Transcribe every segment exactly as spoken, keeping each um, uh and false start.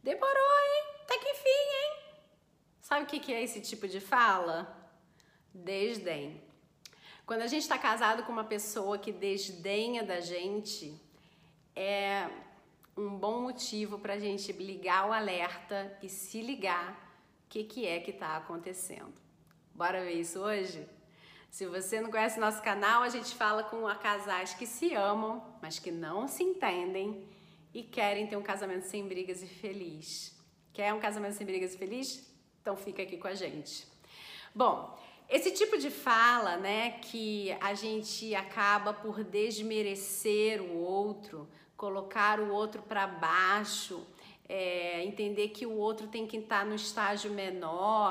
Demorou, hein? Até que enfim, hein? Sabe o que é esse tipo de fala? Desdém. Quando a gente está casado com uma pessoa que desdenha da gente, é um bom motivo para a gente ligar o alerta e se ligar o que, que é que está acontecendo. Bora ver isso hoje? Se você não conhece nosso canal, a gente fala com casais que se amam, mas que não se entendem e querem ter um casamento sem brigas e feliz. Quer um casamento sem brigas e feliz? Então fica aqui com a gente. Bom, esse tipo de fala, né, que a gente acaba por desmerecer o outro, colocar o outro para baixo, é, entender que o outro tem que estar no estágio menor,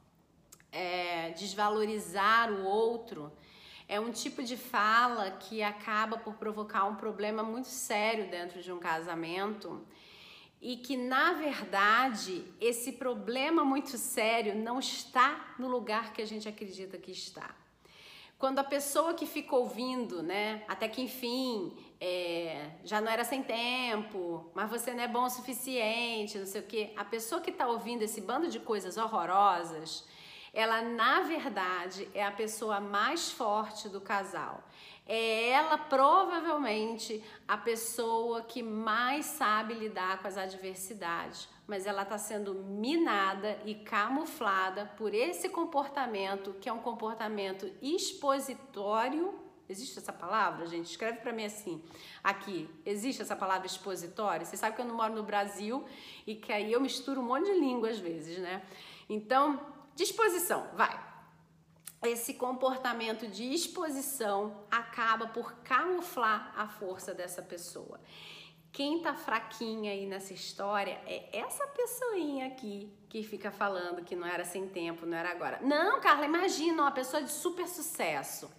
é, desvalorizar o outro, é um tipo de fala que acaba por provocar um problema muito sério dentro de um casamento e que, na verdade, esse problema muito sério não está no lugar que a gente acredita que está. Quando a pessoa que fica ouvindo, né, até que enfim, é, já não era sem tempo, mas você não é bom o suficiente, não sei o quê, a pessoa que está ouvindo esse bando de coisas horrorosas, ela, na verdade, é a pessoa mais forte do casal. É ela, provavelmente, a pessoa que mais sabe lidar com as adversidades, mas ela está sendo minada e camuflada por esse comportamento, que é um comportamento expositório. Existe essa palavra, gente? Escreve para mim assim, aqui, existe essa palavra expositório? Você sabe que eu não moro no Brasil e que aí eu misturo um monte de língua às vezes, né? Então, disposição, vai. Esse comportamento de exposição acaba por camuflar a força dessa pessoa. Quem tá fraquinha aí nessa história é essa pessoinha aqui que fica falando que não era sem tempo, não era agora. Não, Carla, imagina uma pessoa de super sucesso.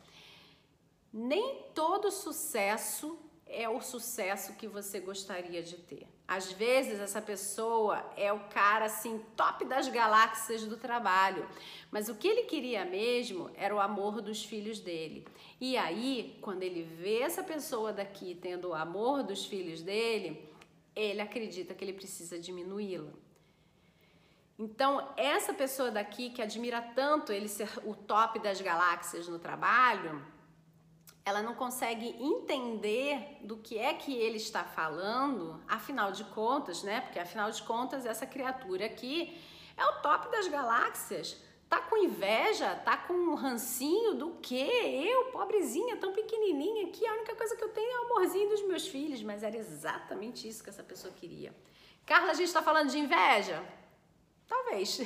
Nem todo sucesso é o sucesso que você gostaria de ter. Às vezes essa pessoa é o cara assim top das galáxias do trabalho, mas o que ele queria mesmo era o amor dos filhos dele. E aí, quando ele vê essa pessoa daqui tendo o amor dos filhos dele, ele acredita que ele precisa diminuí-la. Então, essa pessoa daqui que admira tanto ele ser o top das galáxias no trabalho, ela não consegue entender do que é que ele está falando, afinal de contas, né? Porque afinal de contas, essa criatura aqui é o top das galáxias. Tá com inveja, tá com um rancinho do quê? Eu, pobrezinha, tão pequenininha aqui, a única coisa que eu tenho é o amorzinho dos meus filhos. Mas era exatamente isso que essa pessoa queria. Carla, a gente tá falando de inveja? Talvez.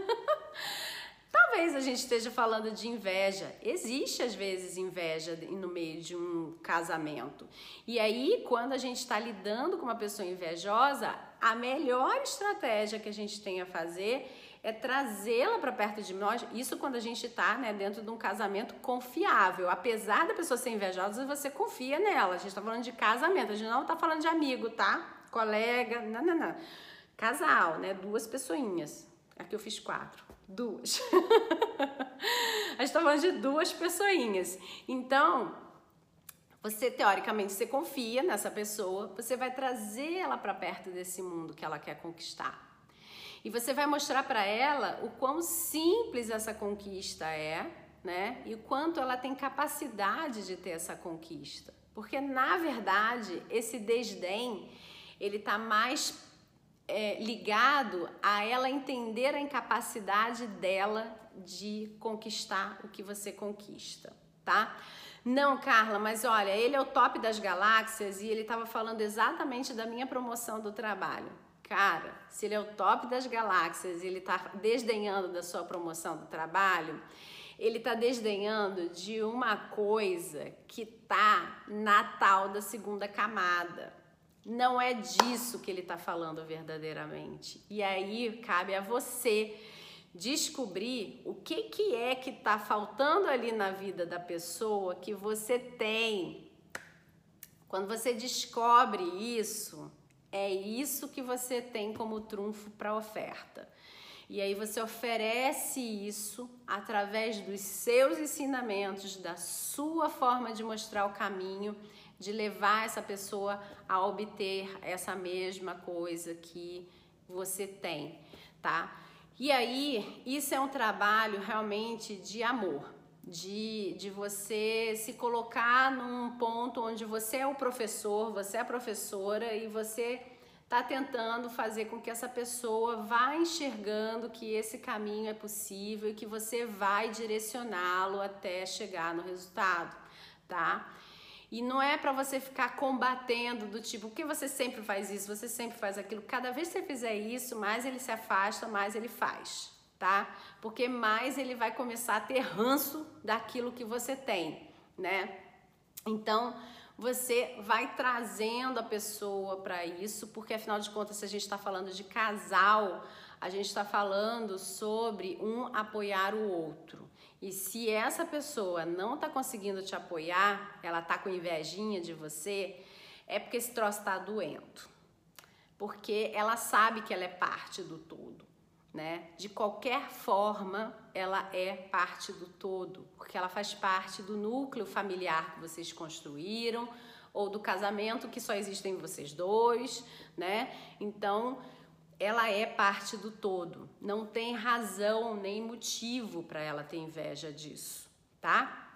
Talvez a gente esteja falando de inveja. Existe, às vezes, inveja no meio de um casamento. E aí, quando a gente está lidando com uma pessoa invejosa, a melhor estratégia que a gente tem a fazer é trazê-la para perto de nós. Isso quando a gente está, né, dentro de um casamento confiável. Apesar da pessoa ser invejosa, você confia nela. A gente está falando de casamento, a gente não está falando de amigo, tá? Colega, não, não, não. Casal, né? Duas pessoinhas. Aqui eu fiz quatro. Duas. A gente tá falando de duas pessoinhas. Então, você, teoricamente, você confia nessa pessoa, você vai trazer ela para perto desse mundo que ela quer conquistar. E você vai mostrar para ela o quão simples essa conquista é, né? E o quanto ela tem capacidade de ter essa conquista. Porque, na verdade, esse desdém, ele tá mais É, ligado a ela entender a incapacidade dela de conquistar o que você conquista, tá? Não, Carla, mas olha, ele é o top das galáxias e ele estava falando exatamente da minha promoção do trabalho. Cara, se ele é o top das galáxias e ele está desdenhando da sua promoção do trabalho, ele está desdenhando de uma coisa que tá na tal da segunda camada. Não é disso que ele está falando verdadeiramente. E aí cabe a você descobrir o que, que é que está faltando ali na vida da pessoa que você tem. Quando você descobre isso, é isso que você tem como trunfo para a oferta. E aí você oferece isso através dos seus ensinamentos, da sua forma de mostrar o caminho, de levar essa pessoa a obter essa mesma coisa que você tem, tá? E aí, isso é um trabalho realmente de amor, de, de você se colocar num ponto onde você é o professor, você é a professora e você tá tentando fazer com que essa pessoa vá enxergando que esse caminho é possível e que você vai direcioná-lo até chegar no resultado, tá? E não é para você ficar combatendo do tipo, porque você sempre faz isso, você sempre faz aquilo. Cada vez que você fizer isso, mais ele se afasta, mais ele faz, tá? Porque mais ele vai começar a ter ranço daquilo que você tem, né? Então, você vai trazendo a pessoa para isso, porque afinal de contas, se a gente está falando de casal, a gente está falando sobre um apoiar o outro. E se essa pessoa não tá conseguindo te apoiar, ela tá com invejinha de você, é porque esse troço tá doendo. Porque ela sabe que ela é parte do todo, né? De qualquer forma, ela é parte do todo, porque ela faz parte do núcleo familiar que vocês construíram, ou do casamento que só existem vocês dois, né? Então, ela é parte do todo, não tem razão nem motivo para ela ter inveja disso, tá?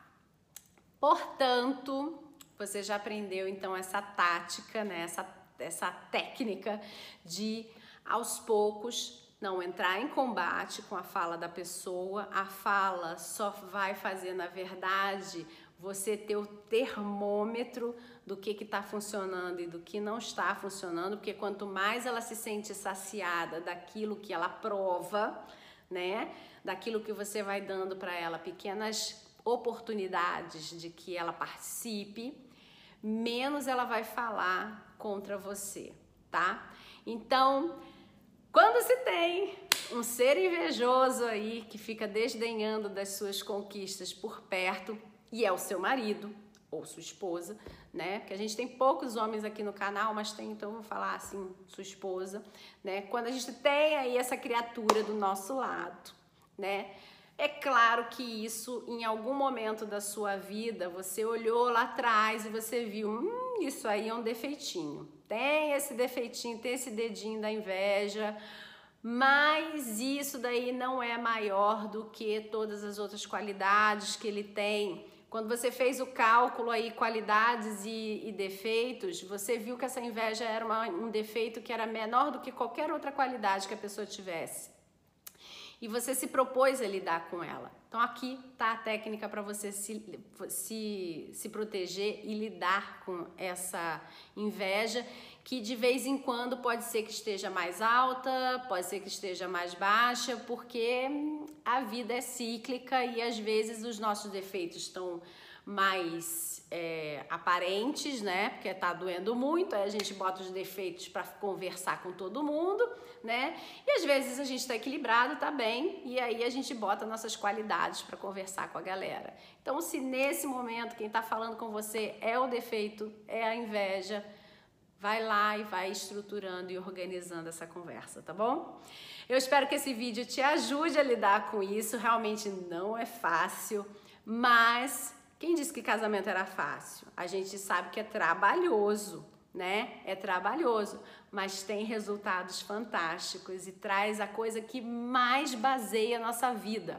Portanto, você já aprendeu então essa tática, né? Essa, essa técnica de, aos poucos, não entrar em combate com a fala da pessoa. A fala só vai fazer, na verdade, você ter o termômetro do que que está funcionando e do que não está funcionando, porque quanto mais ela se sente saciada daquilo que ela prova, né, daquilo que você vai dando para ela, pequenas oportunidades de que ela participe, menos ela vai falar contra você, tá? Então, quando se tem um ser invejoso aí que fica desdenhando das suas conquistas por perto, e é o seu marido ou sua esposa, né? Que a gente tem poucos homens aqui no canal, mas tem, então eu vou falar assim, sua esposa, né? Quando a gente tem aí essa criatura do nosso lado, né? É claro que isso, em algum momento da sua vida, você olhou lá atrás e você viu, hum, isso aí é um defeitinho. Tem esse defeitinho, tem esse dedinho da inveja, mas isso daí não é maior do que todas as outras qualidades que ele tem. Quando você fez o cálculo aí, qualidades e, e defeitos, você viu que essa inveja era uma, um defeito que era menor do que qualquer outra qualidade que a pessoa tivesse. E você se propôs a lidar com ela. Então aqui tá a técnica para você se, se, se proteger e lidar com essa inveja, que de vez em quando pode ser que esteja mais alta, pode ser que esteja mais baixa, porque a vida é cíclica e às vezes os nossos defeitos estão mais é, aparentes, né? Porque tá doendo muito, aí a gente bota os defeitos para conversar com todo mundo, né? E às vezes a gente tá equilibrado, tá bem, e aí a gente bota nossas qualidades para conversar com a galera. Então, se nesse momento quem tá falando com você é o defeito, é a inveja, vai lá e vai estruturando e organizando essa conversa, tá bom? Eu espero que esse vídeo te ajude a lidar com isso. Realmente não é fácil, mas quem disse que casamento era fácil? A gente sabe que é trabalhoso, né? É trabalhoso, mas tem resultados fantásticos e traz a coisa que mais baseia a nossa vida,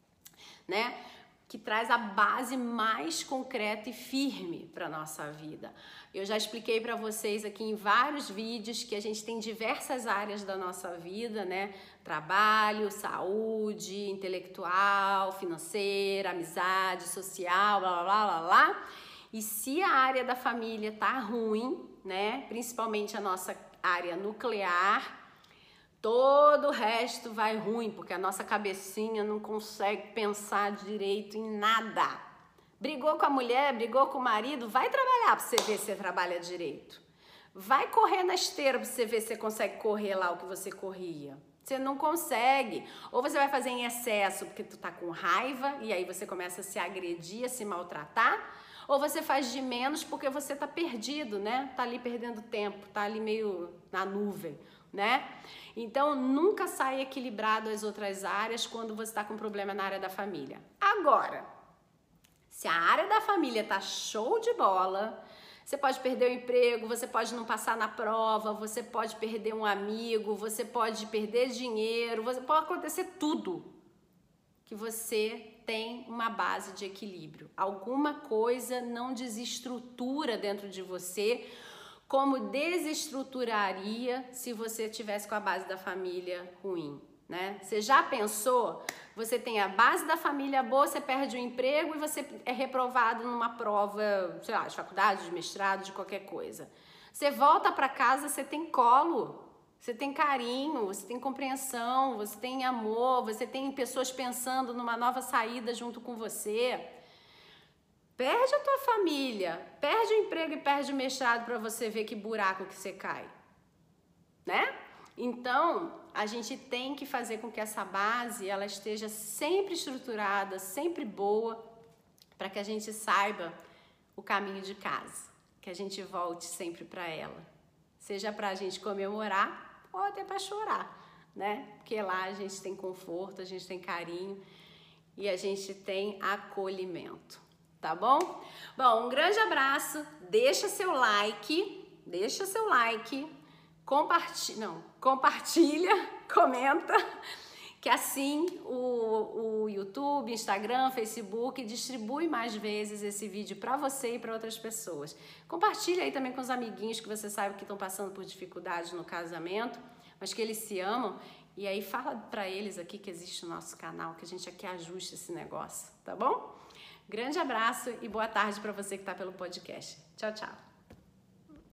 né? Que traz a base mais concreta e firme para nossa vida. Eu já expliquei para vocês aqui em vários vídeos que a gente tem diversas áreas da nossa vida, né? Trabalho, saúde, intelectual, financeira, amizade, social, blá, blá, blá, blá, blá. E se a área da família tá ruim, né? Principalmente a nossa área nuclear, todo o resto vai ruim, porque a nossa cabecinha não consegue pensar direito em nada. Brigou com a mulher, brigou com o marido, vai trabalhar para você ver se você trabalha direito. Vai correr na esteira para você ver se você consegue correr lá o que você corria. Você não consegue. Ou você vai fazer em excesso porque tu tá com raiva e aí você começa a se agredir, a se maltratar. Ou você faz de menos porque você tá perdido, né? Tá ali perdendo tempo, tá ali meio na nuvem, né? Então, nunca sai equilibrado as outras áreas quando você tá com problema na área da família. Agora, se a área da família tá show de bola, Você pode perder o emprego, você pode não passar na prova, você pode perder um amigo, você pode perder dinheiro, você, pode acontecer tudo que você tem uma base de equilíbrio. Alguma coisa não desestrutura dentro de você como desestruturaria se você tivesse com a base da família ruim, né? Você já pensou? Você tem a base da família boa, você perde o emprego e você é reprovado numa prova, sei lá, de faculdade, de mestrado, de qualquer coisa. Você volta para casa, você tem colo, você tem carinho, você tem compreensão, você tem amor, você tem pessoas pensando numa nova saída junto com você. Perde a tua família, perde o emprego e perde o mestrado para você ver que buraco que você cai, né? Então, a gente tem que fazer com que essa base ela esteja sempre estruturada, sempre boa, para que a gente saiba o caminho de casa, que a gente volte sempre para ela. Seja para a gente comemorar ou até para chorar, né? Porque lá a gente tem conforto, a gente tem carinho e a gente tem acolhimento, tá bom? Bom, um grande abraço, deixa seu like, deixa seu like, compartilha, não, compartilha, comenta, que assim o, o YouTube, Instagram, Facebook distribui mais vezes esse vídeo para você e para outras pessoas. Compartilha aí também com os amiguinhos que você sabe que estão passando por dificuldades no casamento, mas que eles se amam, e aí fala para eles aqui que existe o nosso canal, que a gente aqui ajusta esse negócio, tá bom? Grande abraço e boa tarde para você que está pelo podcast. Tchau, tchau.